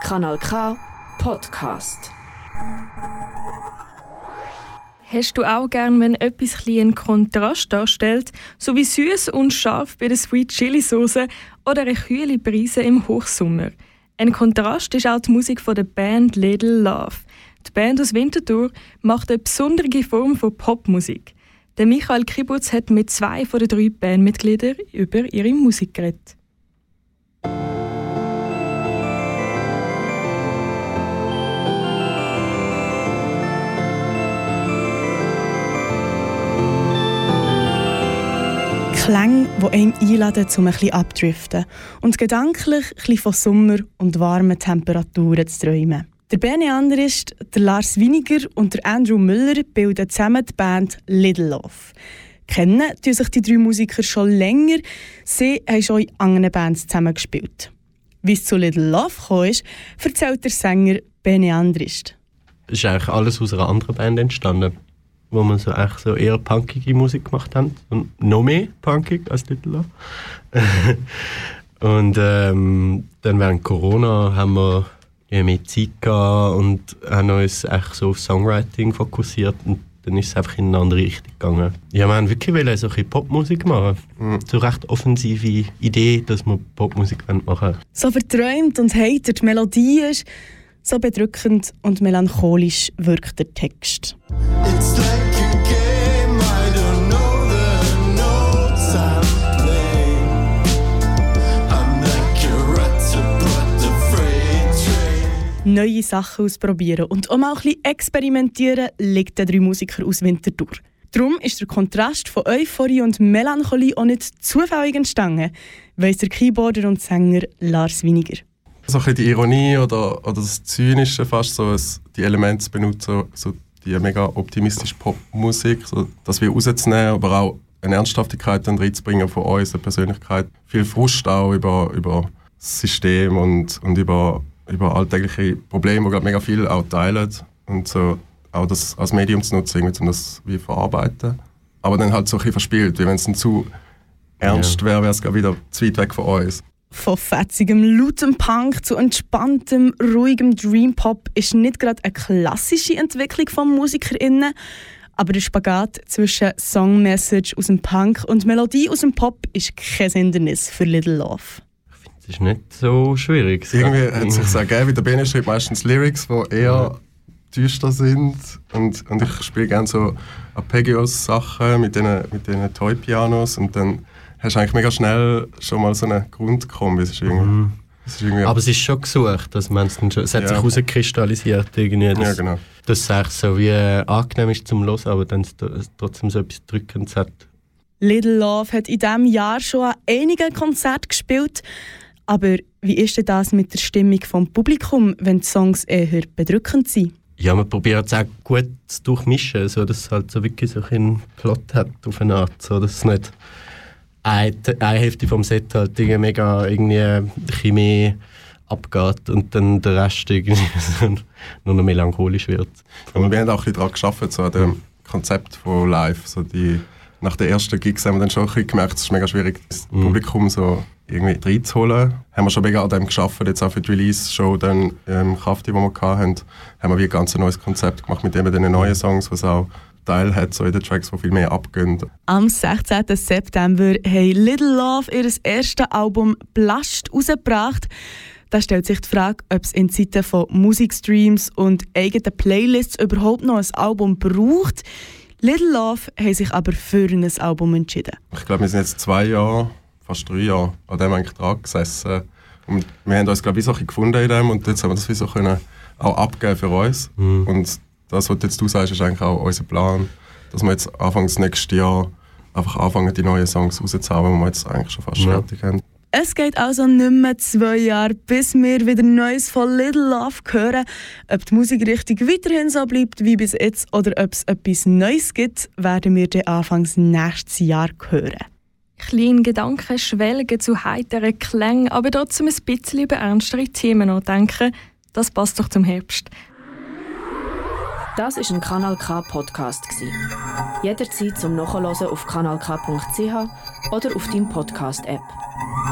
Kanal K Podcast. Hast du auch gern, wenn etwas einen Kontrast darstellt, so wie süß und scharf bei der Sweet Chili Sauce oder eine kühle Brise im Hochsommer? Ein Kontrast ist auch die Musik von der Band Little Love. Die Band aus Winterthur macht eine besondere Form von Popmusik. Der Michael Kibutz hat mit 2 von den 3 Bandmitgliedern über ihre Musik geredet. Klänge, die einem einladen, um ein bisschen abdriften und gedanklich ein bisschen von Sommer und warmen Temperaturen zu träumen. Der Bene-Andrist, der Lars Winiger und der Andrew Müller bilden zusammen die Band Little Love. Kennen tun sich die 3 Musiker schon länger. Sie haben schon in anderen Bands zusammengespielt. Wie es zu Little Love gekommen ist, erzählt der Sänger Bene-Andrist. Es ist eigentlich alles aus einer anderen Band entstanden, wo wir so eigentlich so eher punkige Musik gemacht haben. Und noch mehr punkig als Little Love. Und dann während Corona haben wir mehr Zeit gehabt und haben uns echt so auf Songwriting fokussiert. Und dann ist es einfach in eine andere Richtung gegangen. Ja, wir haben wirklich so ein bisschen Popmusik machen. So recht offensive Idee, dass wir Popmusik machen wollen. So verträumt und heiter die Melodie ist, so bedrückend und melancholisch wirkt der Text. It's like a game, I don't know the notes I'm playing. I'm like a rat, but the freight train. Neue Sachen ausprobieren und auch mal ein bisschen experimentieren liegt den 3 Musikern aus Winterthur. Darum ist der Kontrast von Euphorie und Melancholie auch nicht zufällig entstanden, weiss der Keyboarder und Sänger Lars Winiger. So ein bisschen die Ironie oder das Zynische fast, so die Elemente zu benutzen, so die mega optimistische Popmusik, so das wir rauszunehmen, aber auch eine Ernsthaftigkeit dann reinzubringen von unserer Persönlichkeit. Viel Frust auch über das System und über alltägliche Probleme, die gerade mega viel auch teilen. Und so auch das als Medium zu nutzen, um das wie verarbeiten. Aber dann halt so ein bisschen verspielt, wie wenn es dann zu ernst wäre, wäre es gerade wieder zu weit weg von uns. Von fetzigem, lautem Punk zu entspanntem, ruhigem Dream-Pop ist nicht gerade eine klassische Entwicklung von MusikerInnen, aber der Spagat zwischen Song-Message aus dem Punk und Melodie aus dem Pop ist kein Hindernis für Little Love. Ich finde, es ist nicht so schwierig. Irgendwie hat es sich so gegeben, wie der Bene schreibt meistens Lyrics, die eher düster sind und ich spiele gerne so Arpeggios-Sachen mit diesen Toy-Pianos und dann hast du eigentlich mega schnell schon mal so einen Grundkombi. Es ist irgendwie aber es ist schon gesucht, dass man es dann schon, es hat sich herauskristallisiert irgendwie. Ja, genau. Dass es echt so wie angenehm ist zum Hören, aber dann trotzdem so etwas Drückendes hat. Little Love hat in diesem Jahr schon an einigen Konzerten gespielt. Aber wie ist denn das mit der Stimmung vom Publikum, wenn die Songs eher bedrückend sind? Ja, man probiert es auch gut zu durchmischen, so dass es halt so wirklich so einen Plot hat auf eine Art, so dass es nicht eine Hälfte vom Set halt mega ein bisschen mehr abgeht und dann der Rest irgendwie nur noch melancholisch wird. Aber wir haben auch ein bisschen daran gearbeitet, so an dem Konzept von Live. So nach den ersten Gigs haben wir dann schon ein bisschen gemerkt, es ist mega schwierig, das Publikum so irgendwie reinzuholen. Haben wir schon mega an dem gearbeitet, jetzt auch für die Release-Show dann Krafti, die wir hatten, haben wir wie ein ganz neues Konzept gemacht mit eben den neuen Songs, was auch Teil hat, so in den Tracks, die viel mehr abgehen. Am 16. September haben Little Love ihr erstes Album «Blast» rausgebracht. Da stellt sich die Frage, ob es in Zeiten von Musikstreams und eigenen Playlists überhaupt noch ein Album braucht. Little Love haben sich aber für ein Album entschieden. Ich glaube, wir sind jetzt 2 Jahre, fast 3 Jahre an dem eigentlich dran gesessen. Und wir haben uns, glaube ich, so ein bisschen gefunden in dem und jetzt haben wir das wie so können auch abgeben für uns. Und das, was jetzt du sagst, ist eigentlich auch unser Plan, dass wir jetzt Anfang des nächsten Jahr einfach anfangen, die neuen Songs rauszuhauen, die wir jetzt eigentlich schon fast fertig haben. Es geht also nicht mehr 2 Jahre, bis wir wieder Neues von Little Love hören. Ob die Musikrichtung weiterhin so bleibt wie bis jetzt oder ob es etwas Neues gibt, werden wir dann Anfangs nächstes Jahr hören. Kleine Gedanken schwelgen zu heiteren Klängen, aber trotzdem ein bisschen über ernstere Themen nachdenken. Das passt doch zum Herbst. Das war ein Kanal K Podcast. Jederzeit zum Nachhören auf kanalk.ch oder auf deinem Podcast-App.